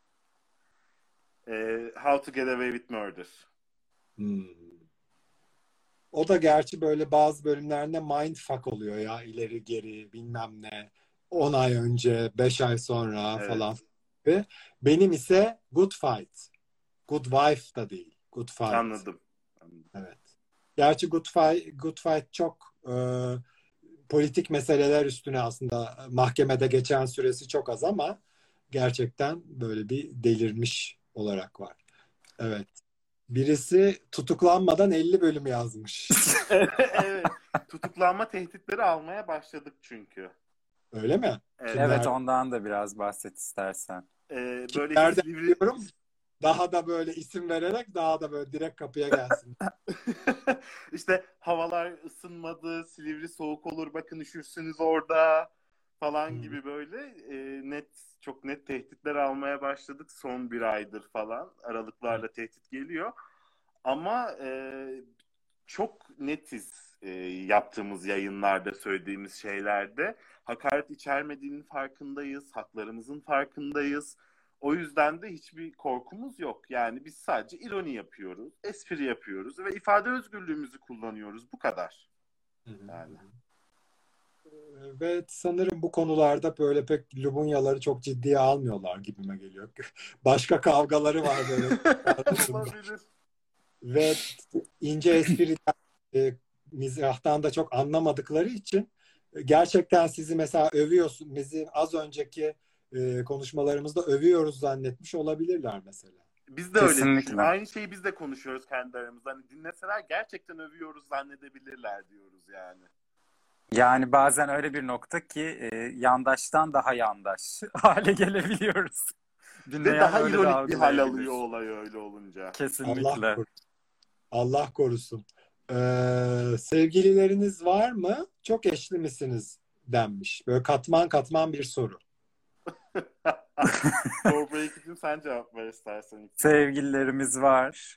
How to Get Away with Murder. Hmm. O da gerçi böyle bazı bölümlerinde mindfuck oluyor ya, ileri geri bilmem ne. 10 ay önce, 5 ay sonra Evet, falan. Ve benim ise Good Fight. Good Wife da değil. Good Fight. anladım. Evet. Gerçi Good Fight çok politik meseleler üstüne aslında mahkemede geçen süresi çok az ama gerçekten böyle bir delirmiş olarak var. Evet. Birisi tutuklanmadan 50 bölüm yazmış. Evet, tutuklanma tehditleri almaya başladık çünkü. Öyle mi? Evet. Evet, Kimler, ondan da biraz bahset istersen. Böyle işte kimlerden Silivri... biliyorum? Daha da böyle isim vererek daha da böyle direkt kapıya gelsin. İşte havalar ısınmadı, Silivri soğuk olur, bakın üşürsünüz orada falan gibi böyle çok net tehditler almaya başladık son bir aydır falan. Aralıklarla tehdit geliyor. Ama çok netiz yaptığımız yayınlarda, söylediğimiz şeylerde. Hakaret içermediğinin farkındayız, haklarımızın farkındayız. O yüzden de hiçbir korkumuz yok. Yani biz sadece ironi yapıyoruz, espri yapıyoruz ve ifade özgürlüğümüzü kullanıyoruz. Bu kadar. Yani. Ve sanırım bu konularda böyle pek Lubunyaları çok ciddiye almıyorlar gibime geliyor. Başka kavgaları var böyle. Olabilir. Ve ince espriden, mizahtan da çok anlamadıkları için gerçekten sizi mesela övüyorsun. Bizi az önceki konuşmalarımızda övüyoruz zannetmiş olabilirler mesela. Biz de öyle düşünüyoruz. Kesinlikle. Aynı şeyi biz de konuşuyoruz kendi aramızda. Hani dinleseler gerçekten övüyoruz zannedebilirler diyoruz yani. Yani bazen öyle bir nokta ki yandaştan daha yandaş hale gelebiliyoruz. Ve Dinleyen daha öyle de ironik bir hal algılayabilir. alıyor olay öyle olunca. Allah Kesinlikle. korusun. Allah korusun. Sevgilileriniz var mı? Çok eşli misiniz denmiş. Böyle katman katman bir soru. Cobra için sen cevap ver istersen. Sevgililerimiz var.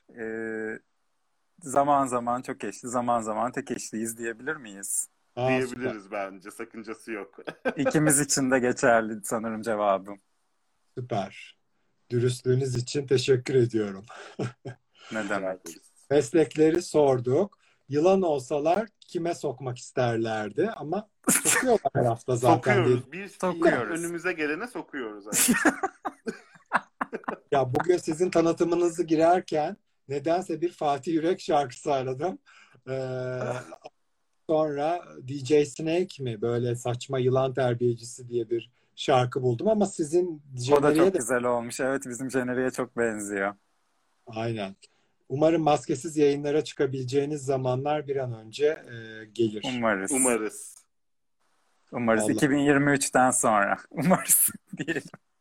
Zaman zaman çok eşli, zaman zaman tek eşliyiz diyebilir miyiz? Aa, süper. Diyebiliriz bence. Sakıncası yok. İkimiz için de geçerli sanırım cevabım. Süper. Dürüstlüğünüz için teşekkür ediyorum. Ne Rica demek? ederiz. Meslekleri sorduk. Yılan olsalar kime sokmak isterlerdi ama sokuyorlar her hafta zaten diye. Sokuyoruz. Bir Sokuyoruz. önümüze gelene sokuyoruz. Evet. Ya bugün sizin tanıtımınızı girerken nedense bir Fatih Yürek şarkısı aradım. Sonra DJ Snake mi böyle saçma yılan terbiyecisi diye bir şarkı buldum ama sizin O da jeneriğe çok de güzel olmuş. Evet, bizim jeneriğe çok benziyor. aynen. Umarım maskesiz yayınlara çıkabileceğiniz zamanlar bir an önce gelir. Umarız. Umarız. Umarız. Vallahi. 2023'ten sonra. Umarız diyelim.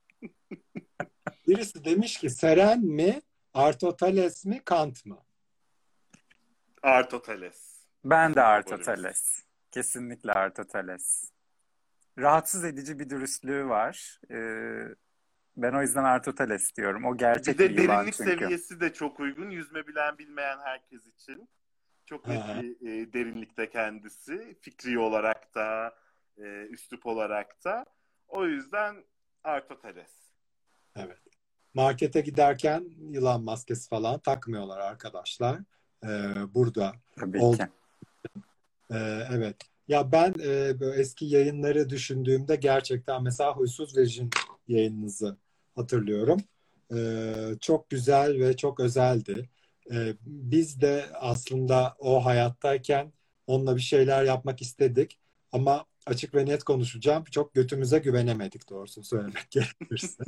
Birisi demiş ki Seren mi, Aristoteles mi, Kant mı? Aristoteles. Ben de Bizim Aristoteles. Kesinlikle Aristoteles. Rahatsız edici bir dürüstlüğü var. Ben o yüzden Aristoteles diyorum. O gerçek Bir bir de yılan derinlik çünkü. seviyesi de çok uygun. Yüzme bilen bilmeyen herkes için. Çok net Ha. bir derinlikte kendisi. Fikri olarak da, üslup olarak da. O yüzden Aristoteles. Evet. Markete giderken yılan maskesi falan takmıyorlar arkadaşlar. Burada Tabii oldu. ki. Evet. Ya ben böyle eski yayınları düşündüğümde gerçekten mesela Huysuz Virjin yayınınızı hatırlıyorum. Çok güzel ve çok özeldi. Biz de aslında o hayattayken onunla bir şeyler yapmak istedik. Ama açık ve net konuşacağım. Çok götümüze güvenemedik doğrusunu söylemek gerekirse.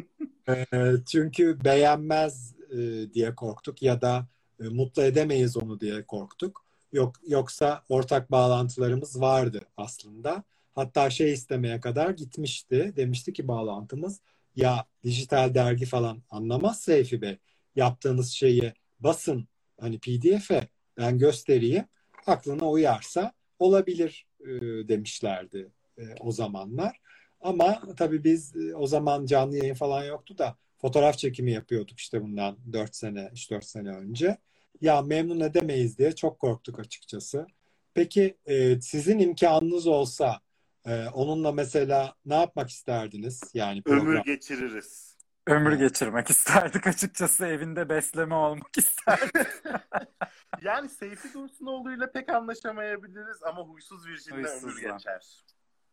Çünkü beğenmez diye korktuk ya da mutlu edemeyiz onu diye korktuk. Yoksa ortak bağlantılarımız vardı aslında. Hatta şey istemeye kadar gitmişti. Demişti ki bağlantımız ya dijital dergi falan anlamaz Seyfi Bey. Yaptığınız şeyi basın hani PDF'e ben göstereyim. Aklına uyarsa olabilir demişlerdi o zamanlar. Ama tabii biz o zaman canlı yayın falan yoktu da fotoğraf çekimi yapıyorduk işte bundan 4 sene, 3-4 sene önce. Ya memnun edemeyiz diye çok korktuk açıkçası. Peki sizin imkanınız olsa onunla mesela ne yapmak isterdiniz? Yani Ömür program. geçiririz. Ömür Ha. geçirmek isterdik açıkçası. Evinde besleme olmak isterdik. Yani Seyfi Dursunoğlu'yla pek anlaşamayabiliriz ama Huysuz Virjin'le ömür Huysuzla. geçer.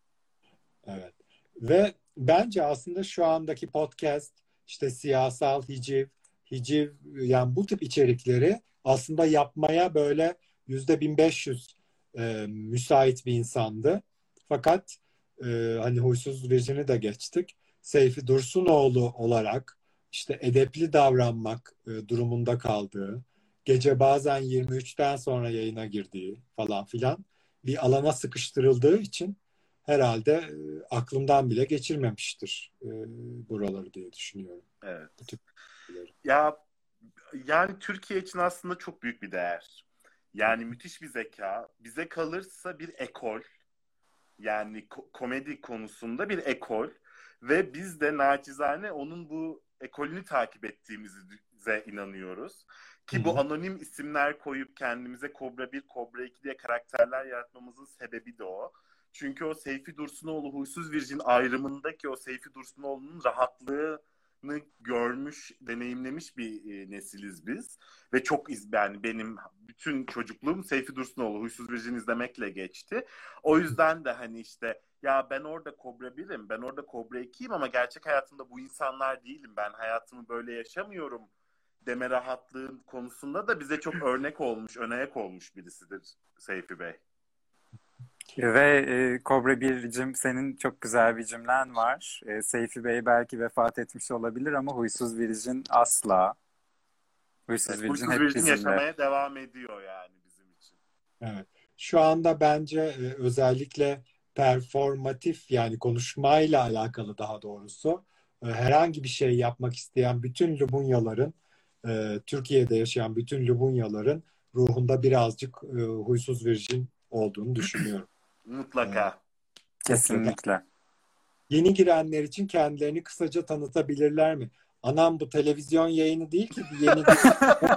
Evet. Ve bence aslında şu andaki podcast işte siyasal hiciv yani bu tip içerikleri aslında yapmaya böyle %1500 müsait bir insandı. Fakat hani Huysuz Virjin'i de geçtik. Seyfi Dursunoğlu olarak işte edepli davranmak durumunda kaldığı, gece bazen 23'ten sonra yayına girdiği falan filan bir alana sıkıştırıldığı için herhalde aklımdan bile geçirmemiştir buraları diye düşünüyorum. Evet. Bu tip şeyleri. Ya yani Türkiye için aslında çok büyük bir değer. Yani müthiş bir zeka. Bize kalırsa bir ekol. Yani komedi konusunda bir ekol. Ve biz de naçizane onun bu ekolünü takip ettiğimize inanıyoruz. Hı Ki bu hı. anonim isimler koyup kendimize Kobra 1, Kobra 2 diye karakterler yaratmamızın sebebi de o. Çünkü o Seyfi Dursunoğlu Huysuz Virjin ayrımındaki o Seyfi Dursunoğlu'nun rahatlığını görmüş, deneyimlemiş bir nesiliz biz. Ve çok yani benim bütün çocukluğum Seyfi Dursunoğlu Huysuz Virjin izlemekle geçti. O yüzden de hani işte ya ben orada Kobra 1'im, ben orada Kobra 2'yim ama gerçek hayatımda bu insanlar değilim. Ben hayatımı böyle yaşamıyorum deme rahatlığın konusunda da bize çok örnek olmuş, ön ayak olmuş birisidir Seyfi Bey. Ve Kobra Bircim senin çok güzel bir cümlen var. Seyfi Bey belki vefat etmiş olabilir ama Huysuz Virjin asla. Huysuz Evet, Virjin Huysuz hep Virjin bizimle. yaşamaya devam ediyor yani bizim için. Evet. Şu anda bence özellikle performatif yani konuşmayla alakalı daha doğrusu herhangi bir şey yapmak isteyen bütün Lubunyaların Türkiye'de yaşayan bütün Lubunyaların ruhunda birazcık Huysuz Virjin olduğunu düşünüyorum. E, Mutlaka. Mutlaka. Kesinlikle. Yeni girenler için kendilerini kısaca tanıtabilirler mi? Anam bu televizyon yayını değil ki yeni değil.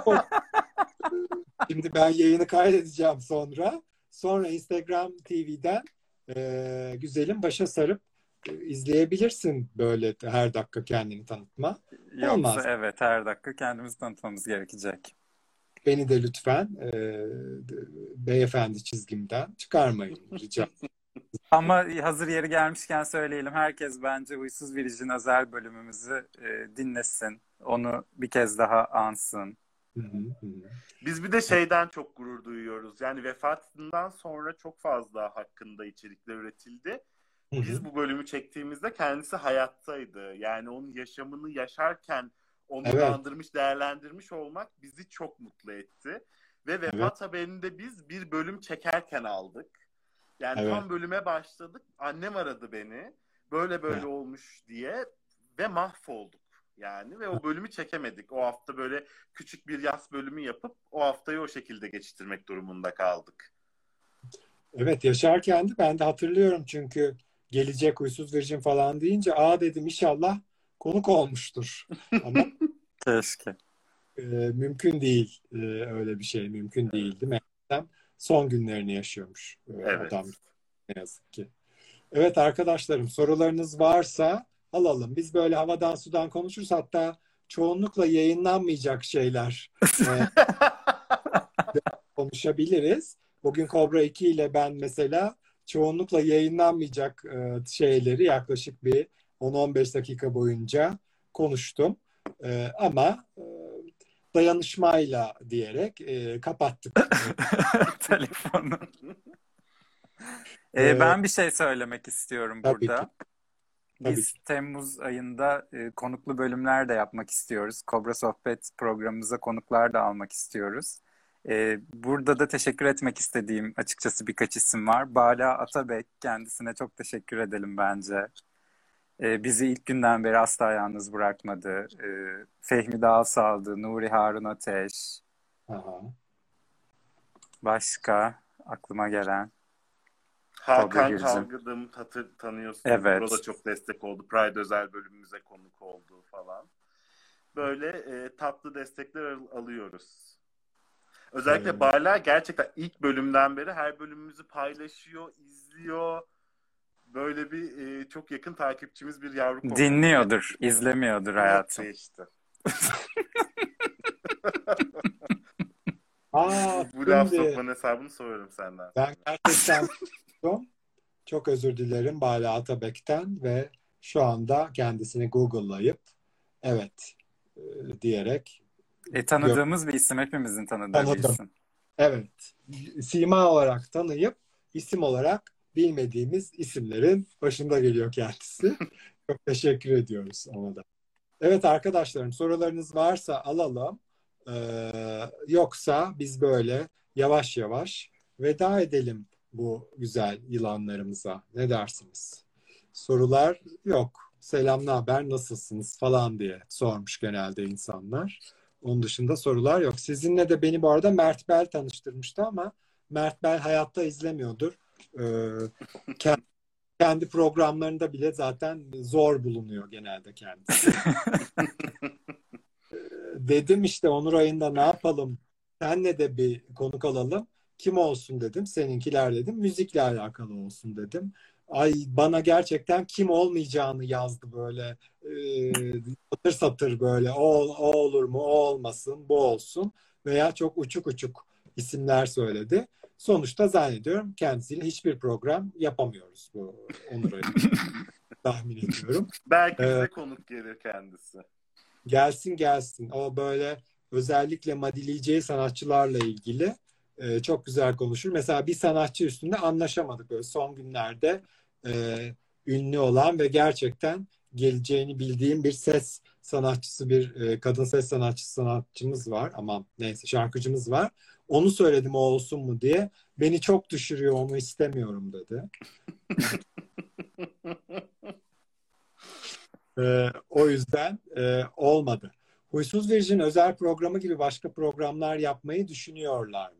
Şimdi ben yayını kaydedeceğim sonra. Sonra Instagram TV'den güzelim başa sarıp izleyebilirsin böyle her dakika kendini tanıtma. Yoksa Olmaz. evet her dakika kendimizi tanıtmamız gerekecek. Beni de lütfen beyefendi çizgimden çıkarmayın rica. Ama hazır yeri gelmişken söyleyelim. Herkes bence Huysuz Virjin özel bölümümüzü dinlesin. Onu bir kez daha ansın. Hı hı, hı. Biz bir de şeyden çok gurur duyuyoruz. Yani vefatından sonra çok fazla hakkında içerikler üretildi. Hı hı. Biz bu bölümü çektiğimizde kendisi hayattaydı. Yani onun yaşamını yaşarken Evet, onurlandırmış, değerlendirmiş olmak bizi çok mutlu etti. Ve evet, vefat haberini de biz bir bölüm çekerken aldık. Yani evet. tam bölüme başladık. Annem aradı beni. Böyle böyle Evet. olmuş diye ve mahvolduk. Yani ve o bölümü çekemedik. O hafta böyle küçük bir yaz bölümü yapıp o haftayı o şekilde geçiştirmek durumunda kaldık. Evet, yaşarken de ben de hatırlıyorum çünkü gelecek Huysuz Virgin falan deyince dedim inşallah konuk olmuştur. Ama Keşke. mümkün değil. Öyle bir şey mümkün Evet. değildi. Meğersem son günlerini yaşıyormuş Evet. adam, ne yazık ki. Evet arkadaşlarım, sorularınız varsa alalım. Biz böyle havadan sudan konuşuruz, hatta çoğunlukla yayınlanmayacak şeyler konuşabiliriz. Bugün Kobra 2 ile ben mesela çoğunlukla yayınlanmayacak şeyleri yaklaşık bir 10-15 dakika boyunca konuştum. Ama dayanışmayla diyerek kapattık. Telefonu. E, Ben bir şey söylemek istiyorum tabii ki, burada. tabii ki. Biz Temmuz ayında konuklu bölümler de yapmak istiyoruz. Kobra Sohbet programımıza konuklar da almak istiyoruz. Burada da teşekkür etmek istediğim açıkçası birkaç isim var. Bala Atabek, kendisine çok teşekkür edelim bence. Bizi ilk günden beri asla yalnız bırakmadı. Fehmi Dağsaldı, Nuri Harun Ateş, Aha. başka aklıma gelen Kobra Hakan Gircim. Kavgıdım tanıyorsunuzdur. O da Evet. çok destek oldu. Pride özel bölümümüze konuk oldu falan. Böyle tatlı destekler alıyoruz. Özellikle E, Bala gerçekten ilk bölümden beri her bölümümüzü paylaşıyor, izliyor. Böyle bir çok yakın takipçimiz bir yavru kobramız belli Dinliyordur, oluyor. izlemiyordur hayatım. Neyse işte. Bu laf Şimdi sokmanın hesabını soruyorum senden ben sonra. gerçekten çok özür dilerim Bala Atabek'ten ve şu anda kendisini Google'layıp evet e, diyerek Tanıdığımız bir isim, hepimizin tanıdığı bir tanıdım. isim. Evet. Sima olarak tanıyıp isim olarak bilmediğimiz isimlerin başında geliyor kendisi. Çok teşekkür ediyoruz ona da. Evet arkadaşlarım, sorularınız varsa alalım. Yoksa biz böyle yavaş yavaş veda edelim bu güzel yılanlarımıza. Ne dersiniz? Sorular yok. Selam, ne haber, nasılsınız falan diye sormuş genelde insanlar. Onun dışında sorular yok. Sizinle de beni bu arada Mert Bel tanıştırmıştı ama Mert Bel hayatta izlemiyordur. Ee, kendi programlarında bile zaten zor bulunuyor genelde kendisi. Dedim işte Onur ayında ne yapalım? Senle de bir konuk alalım. Kim olsun dedim. Seninkiler dedim. Müzikle alakalı olsun dedim. Ay bana gerçekten kim olmayacağını yazdı böyle. Satır satır böyle. O olur mu? O olmasın. Bu olsun. Veya çok uçuk uçuk isimler söyledi. Sonuçta zannediyorum kendisiyle hiçbir program yapamıyoruz bu Onur ayında, tahmin ediyorum. Belki Ee, bize konuk gelir kendisi. Gelsin gelsin. O böyle özellikle madileyeceği sanatçılarla ilgili çok güzel konuşur. Mesela bir sanatçı üstünde anlaşamadık böyle son günlerde e, ünlü olan ve gerçekten geleceğini bildiğim bir ses sanatçısı, bir kadın ses sanatçımız var. Ama neyse şarkıcımız var. Onu söyledim o olsun mu diye. Beni çok düşürüyor, onu istemiyorum dedi. O yüzden olmadı. Huysuz Virgin özel programı gibi başka programlar yapmayı düşünüyorlar mı?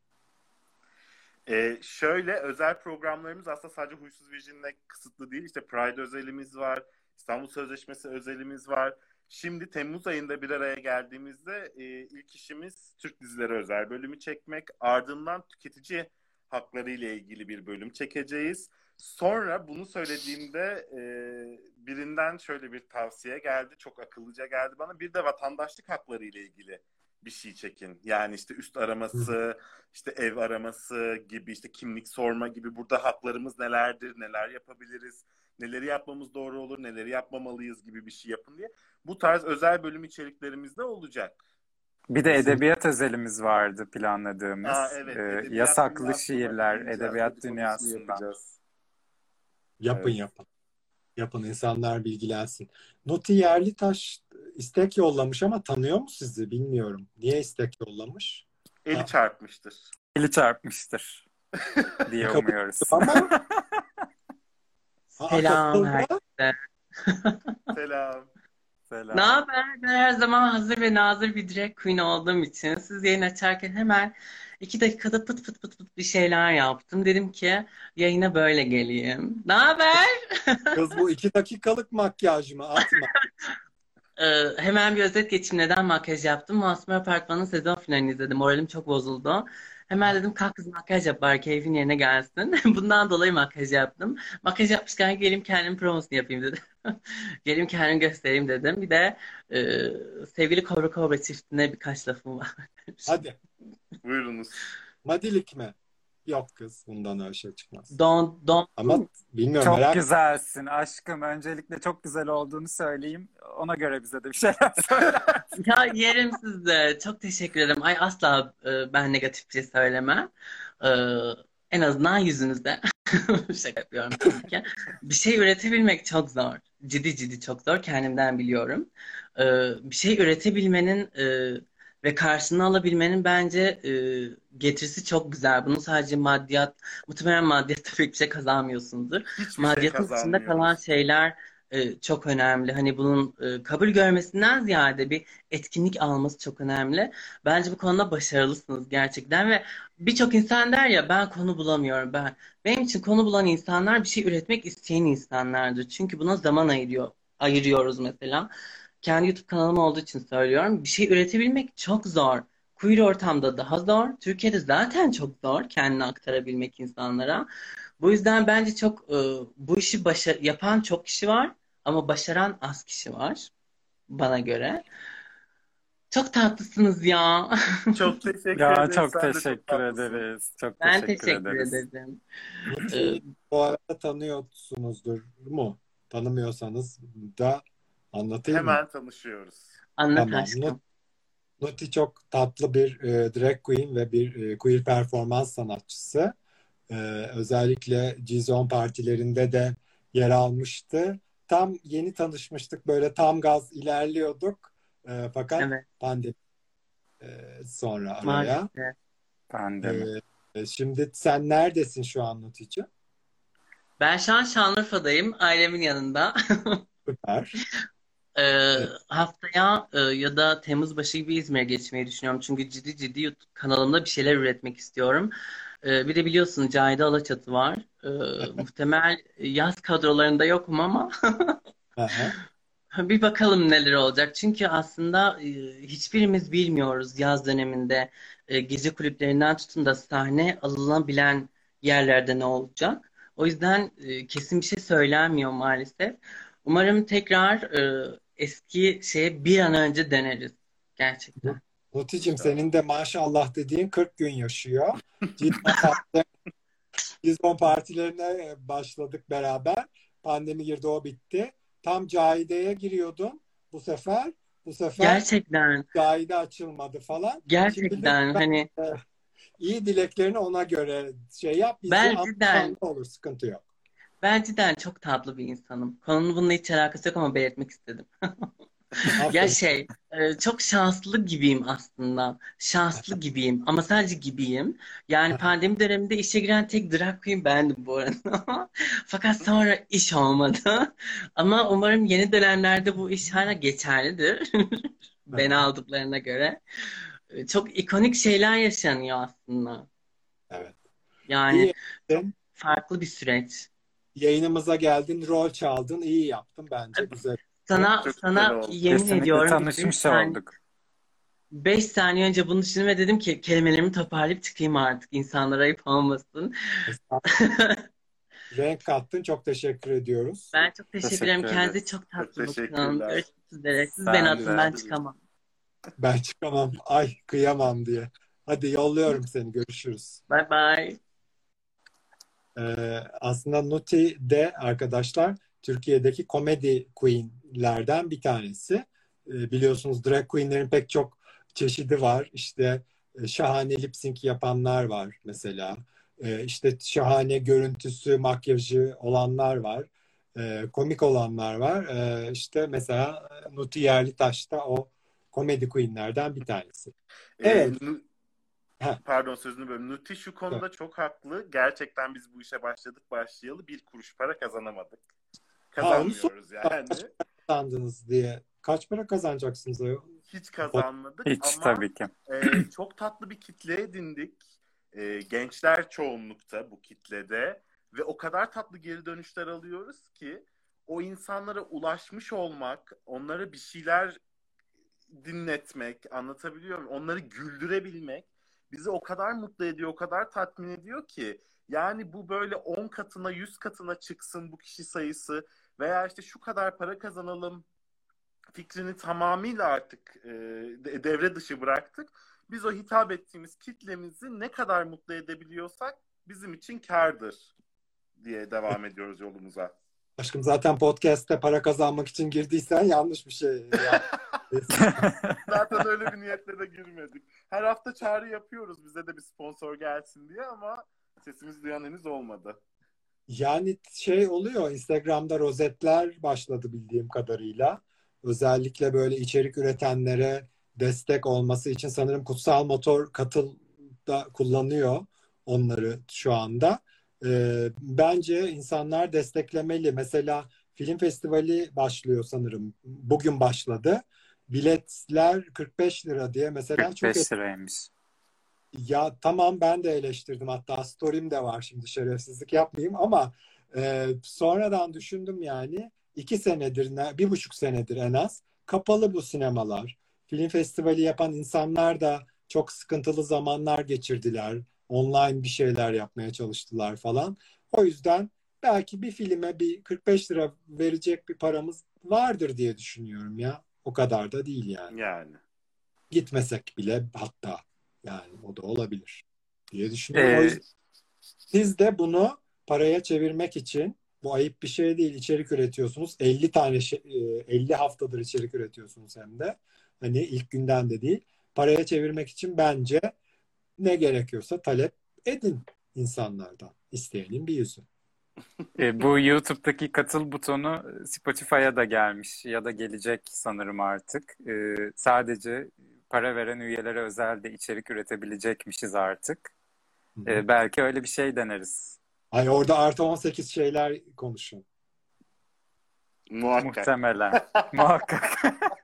Şöyle özel programlarımız aslında sadece Huysuz Virgin'le kısıtlı değil. İşte Pride özelimiz var. İstanbul Sözleşmesi özelimiz var. Şimdi Temmuz ayında bir araya geldiğimizde ilk işimiz Türk dizileri özel bölümü çekmek. Ardından tüketici hakları ile ilgili bir bölüm çekeceğiz. Sonra bunu söylediğimde birinden şöyle bir tavsiye geldi. Çok akıllıca geldi bana. Bir de vatandaşlık hakları ile ilgili bir şey çekin. Yani işte üst araması, işte ev araması gibi, işte kimlik sorma gibi, burada haklarımız nelerdir, neler yapabiliriz, neleri yapmamız doğru olur, neleri yapmamalıyız gibi bir şey yapın diye. Bu tarz özel bölüm içeriklerimiz de olacak. Bir de Kesin. edebiyat özelimiz vardı planladığımız. Evet, edebiyat Yasaklı dünyasına da şiirler, gireceğiz. edebiyat Dedikodusunu dünyasından. yapacağız. Yapın Evet. yapın. Yapın insanlar bilgilensin. Nuti Yerlitaş istek yollamış ama tanıyor mu sizi bilmiyorum. Niye istek yollamış? Eli Ha, çarpmıştır. Eli çarpmıştır diye kabul umuyoruz. ama Selam katıldı. herkese. Selam. Ne Selam. haber? Ben her zaman hazır ve nazır bir drag queen olduğum için siz yayın açarken hemen 2 dakikada pıt pıt pıt pıt bir şeyler yaptım. Dedim ki yayına böyle geleyim. Ne haber? Kız bu 2 dakikalık makyaj mı? Atma. Hemen bir özet geçeyim. Neden makyaj yaptım? Masum Apartmanı'nın sezon finalini izledim. Moralim çok bozuldu. Hemen dedim kalk kız makyaj yap bari keyfin yerine gelsin. Bundan dolayı makyaj yaptım. Makyaj yapmışken geleyim kendim promosunu yapayım dedim. Geleyim kendim göstereyim dedim. Bir de sevgili Kobra Kobra çiftine birkaç lafım var. Hadi. Buyurunuz. Madilik mi? Yok kız. Bundan öyle şey çıkmaz. Don't. Ama bilmiyorum Çok merak. güzelsin aşkım. Öncelikle çok güzel olduğunu söyleyeyim. Ona göre bize de bir şeyler söyle. Ya yerim sizi. Çok teşekkür ederim. Ay asla ben negatif bir şey söylemem. E, En azından yüzünüzde. Şaka yapıyorum tabii ki. Bir şey üretebilmek çok zor. Ciddi ciddi çok zor. Kendimden biliyorum. Bir şey üretebilmenin ve karşılığını alabilmenin bence getirisi çok güzel. Bunun sadece maddiyat, muhtemelen maddiyatta pek bir şey kazanmıyorsunuzdur. Hiçbir şey Maddiyatın dışında kalan kazanmıyoruz. şeyler çok önemli. Hani bunun kabul görmesinden ziyade bir etkinlik alması çok önemli. Bence bu konuda başarılısınız gerçekten ve birçok insan der ya ben konu bulamıyorum ben. Benim için konu bulan insanlar bir şey üretmek isteyen insanlardır. Çünkü buna zaman ayırıyoruz mesela. Kendi YouTube kanalım olduğu için söylüyorum. Bir şey üretebilmek çok zor. Queer ortamda daha zor. Türkiye'de zaten çok zor kendini aktarabilmek insanlara. Bu yüzden bence çok bu işi yapan çok kişi var ama başaran az kişi var bana göre. Çok tatlısınız ya. Çok teşekkür Ya ederim. çok Sen de çok teşekkür tatlısın. ederiz. Çok Ben teşekkür teşekkür ederiz. ederim. E, Nuti'yi bu arada tanıyorsunuzdur mu? Tanımıyorsanız da anlatayım mı? Hemen tanışıyoruz. Anlat Tamam. aşkım. Nuti çok tatlı bir drag queen ve bir queer performans sanatçısı. E, Özellikle G-Zone partilerinde de yer almıştı. Tam yeni tanışmıştık. Böyle tam gaz ilerliyorduk. Fakat Evet, pandemi sonra araya. maalesef. Pandemi. Şimdi sen neredesin şu an Nuti'ciğim? Ben şu an Şanlıurfa'dayım, ailemin yanında. Süper. Haftaya ya da Temmuz başı gibi İzmir'e geçmeyi düşünüyorum. Çünkü ciddi ciddi YouTube kanalımda bir şeyler üretmek istiyorum. Bir de biliyorsun Cahide Alaçatı var. Muhtemel yaz kadrolarında yokum ama Aha. bir bakalım neler olacak. Çünkü aslında hiçbirimiz bilmiyoruz yaz döneminde gece kulüplerinden tutun da sahne alınabilen yerlerde ne olacak. O yüzden kesin bir şey söylenmiyor maalesef. Umarım tekrar eski şeye bir an önce döneriz. Gerçekten. Nuti'cim senin de maşallah dediğin 40 gün yaşıyor. Lizbon partilerine başladık beraber. Pandemi girdi o bitti. Tam Cahide'ye giriyordum bu sefer. Bu sefer Gerçekten. Cahide açılmadı falan. Şimdi Gerçekten lütfen hani iyi dileklerini ona göre şey yap. Bizi ben anlatsan cidden ne olur sıkıntı yok. ben cidden çok tatlı bir insanım. Konunun bununla hiç alakası yok ama belirtmek istedim. Ya Aferin. çok şanslı gibiyim aslında. Şanslı gibiyim ama sadece gibiyim. Yani pandemi döneminde işe giren tek drag queen bendim bu arada. Fakat sonra iş olmadı. Ama umarım yeni dönemlerde bu iş hala geçerlidir. Beni aldıklarına göre. Çok ikonik şeyler yaşanıyor aslında. Evet. Yani İyi çok yaptın. farklı bir süreç. Yayınımıza geldin, rol çaldın. İyi yaptın bence. Güzel. Sana Çok güzel sana oldu. yemin Kesinlikle ediyorum bir tanışmış olduk. 5 saniye önce bunu düşündüm ve dedim ki kelimelerimi toparlayıp çıkayım artık. İnsanlara ayıp olmasın. Renk kattın. Çok teşekkür ediyoruz. Ben çok teşekkür ederim. Teşekkür Kendinize ederiz. çok Çok tatlı bakın. teşekkürler. Görüşmek üzere. Siz beni Sen atın ben de. çıkamam. Ben çıkamam. Ay kıyamam diye. Hadi yolluyorum seni. Görüşürüz. Bye bye. Aslında Nuti de arkadaşlar Türkiye'deki komedi queenlerden bir tanesi. Biliyorsunuz drag queenlerin pek çok çeşidi var. İşte şahane lip sync yapanlar var mesela. İşte şahane görüntüsü, makyajı olanlar var. Komik olanlar var. İşte mesela Nuti Yerlitaş da o komedi queenlerden bir tanesi. Evet. Heh, Pardon, sözünü bölüyorum. Nuti şu konuda çok haklı. Gerçekten biz bu işe başlayalı bir kuruş para kazanamadık. onu Kazanmıyoruz yani. kaç para kazandınız diye. Kaç para kazanacaksınız o? Hiç kazanmadık Hiç ama tabii ki. çok tatlı bir kitle edindik. Gençler çoğunlukta bu kitlede ve o kadar tatlı geri dönüşler alıyoruz ki o insanlara ulaşmış olmak, onlara bir şeyler dinletmek, anlatabiliyor muyum? Onları güldürebilmek bizi o kadar mutlu ediyor, o kadar tatmin ediyor ki yani bu böyle 10 katına, 100 katına çıksın bu kişi sayısı veya işte şu kadar para kazanalım fikrini tamamıyla artık devre dışı bıraktık. Biz o hitap ettiğimiz kitlemizi ne kadar mutlu edebiliyorsak bizim için kârdır diye devam ediyoruz yolumuza. Aşkım zaten podcast'te para kazanmak için girdiysen yanlış bir şey. Zaten öyle bir niyetle de girmedik. Her hafta çağrı yapıyoruz bize de bir sponsor gelsin diye ama sesimizi duyan henüz olmadı. Yani şey oluyor, Instagram'da rozetler başladı bildiğim kadarıyla. Özellikle böyle içerik üretenlere destek olması için sanırım Kutsal Motor Katıl'da kullanıyor onları şu anda. Bence insanlar desteklemeli. Mesela film festivali başlıyor sanırım. Bugün başladı. Biletler 45 lira diye mesela çok 45 liraymış. ya tamam, ben de eleştirdim, hatta story'm de var, şimdi şerefsizlik yapmayayım ama sonradan düşündüm yani 2 senedir, 1,5 senedir en az kapalı bu sinemalar. Film festivali yapan insanlar da çok sıkıntılı zamanlar geçirdiler. Online bir şeyler yapmaya çalıştılar falan. O yüzden belki bir filme bir 45 lira verecek bir paramız vardır diye düşünüyorum ya. O kadar da değil yani. Yani. Gitmesek bile hatta. Yani o da olabilir diye düşünüyorum. O Ee, yüzden siz de bunu paraya çevirmek için, bu ayıp bir şey değil, içerik üretiyorsunuz. 50 tane 50 haftadır içerik üretiyorsunuz hem de. Hani ilk günden de değil. Paraya çevirmek için bence ne gerekiyorsa talep edin insanlardan. İsteyenin bir yüzü. Bu YouTube'daki katıl butonu Spotify'a da gelmiş ya da gelecek sanırım artık. Sadece para veren üyelere özel de içerik üretebilecekmişiz artık. Hı hı. Belki öyle bir şey deneriz. Ay orada artı 18 şeyler konuşun. Muhakkak. Muhtemelen. Muhakkak.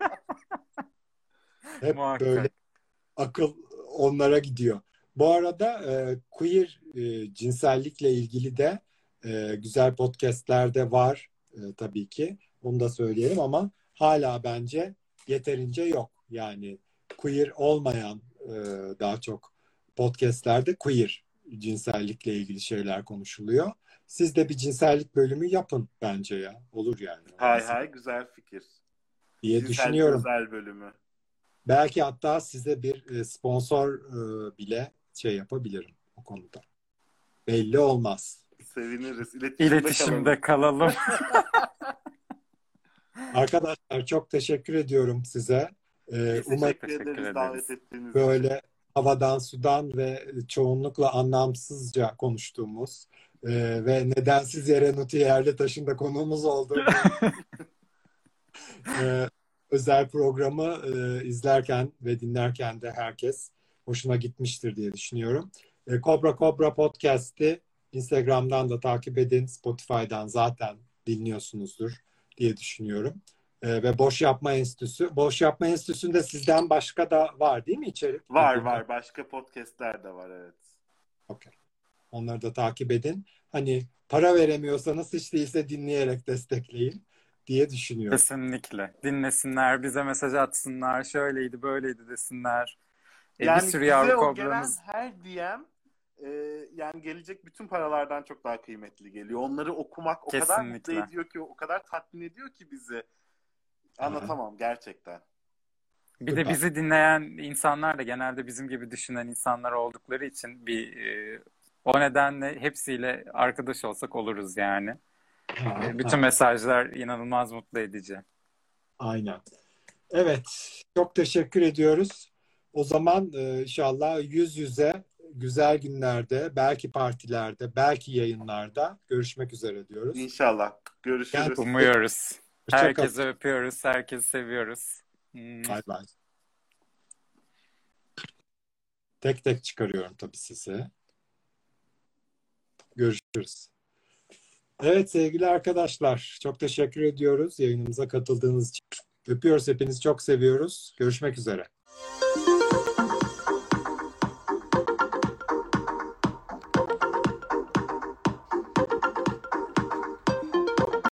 Hep böyle Muhakkak. akıl onlara gidiyor. Bu arada queer cinsellikle ilgili de güzel podcastler de var tabii ki. Onu da söyleyelim ama hala bence yeterince yok. Yani queer olmayan daha çok podcastlerde queer cinsellikle ilgili şeyler konuşuluyor. Siz de bir cinsellik bölümü yapın bence ya. Olur yani. Hay Olması hay, güzel fikir. diye Cinsellik düşünüyorum. özel bölümü. Belki hatta size bir sponsor bile şey yapabilirim o konuda. Belli olmaz. Seviniriz. İletişimde kalalım. Arkadaşlar çok teşekkür ediyorum size. Biz Umarım teşekkür Teşekkür ederiz ederiz. davet ettiğiniz için. böyle havadan sudan ve çoğunlukla anlamsızca konuştuğumuz ve nedensiz yere Nuti Yerlitaş'ın da konuğumuz olduğu özel programı izlerken ve dinlerken de herkes hoşuna gitmiştir diye düşünüyorum. Kobra Kobra Podcast'i Instagram'dan da takip edin. Spotify'dan zaten dinliyorsunuzdur diye düşünüyorum. Ve Boş Yapma Enstitüsü. Boş Yapma Enstitüsü'nde sizden başka da var değil mi içerik? Var. Başka podcastler de var, evet. Okay. Onları da takip edin. Hani para veremiyorsanız hiç değilse dinleyerek destekleyin diye düşünüyorum. Kesinlikle. Dinlesinler, bize mesaj atsınlar, şöyleydi, böyleydi desinler. Bir Yani sürü bize yavru o gelen kobramız. her DM yani gelecek bütün paralardan çok daha kıymetli geliyor. Onları okumak o kadar mutlu Kesinlikle. ediyor ki, o kadar tatmin ediyor ki bizi. Anlatamam gerçekten. Bir de bizi dinleyen insanlar da genelde bizim gibi düşünen insanlar oldukları için o nedenle hepsiyle arkadaş olsak oluruz yani. Bütün mesajlar inanılmaz mutlu edici. Aynen. Evet, çok teşekkür ediyoruz. O zaman inşallah yüz yüze güzel günlerde, belki partilerde, belki yayınlarda görüşmek üzere diyoruz. İnşallah. Görüşürüz. Umuyoruz. Hoşça kal. Herkese öpüyoruz, herkesi seviyoruz. Bay bay. Tek tek çıkarıyorum tabii size. Görüşürüz. Evet sevgili arkadaşlar, çok teşekkür ediyoruz yayınımıza katıldığınız için. Öpüyoruz, hepinizi çok seviyoruz. Görüşmek üzere.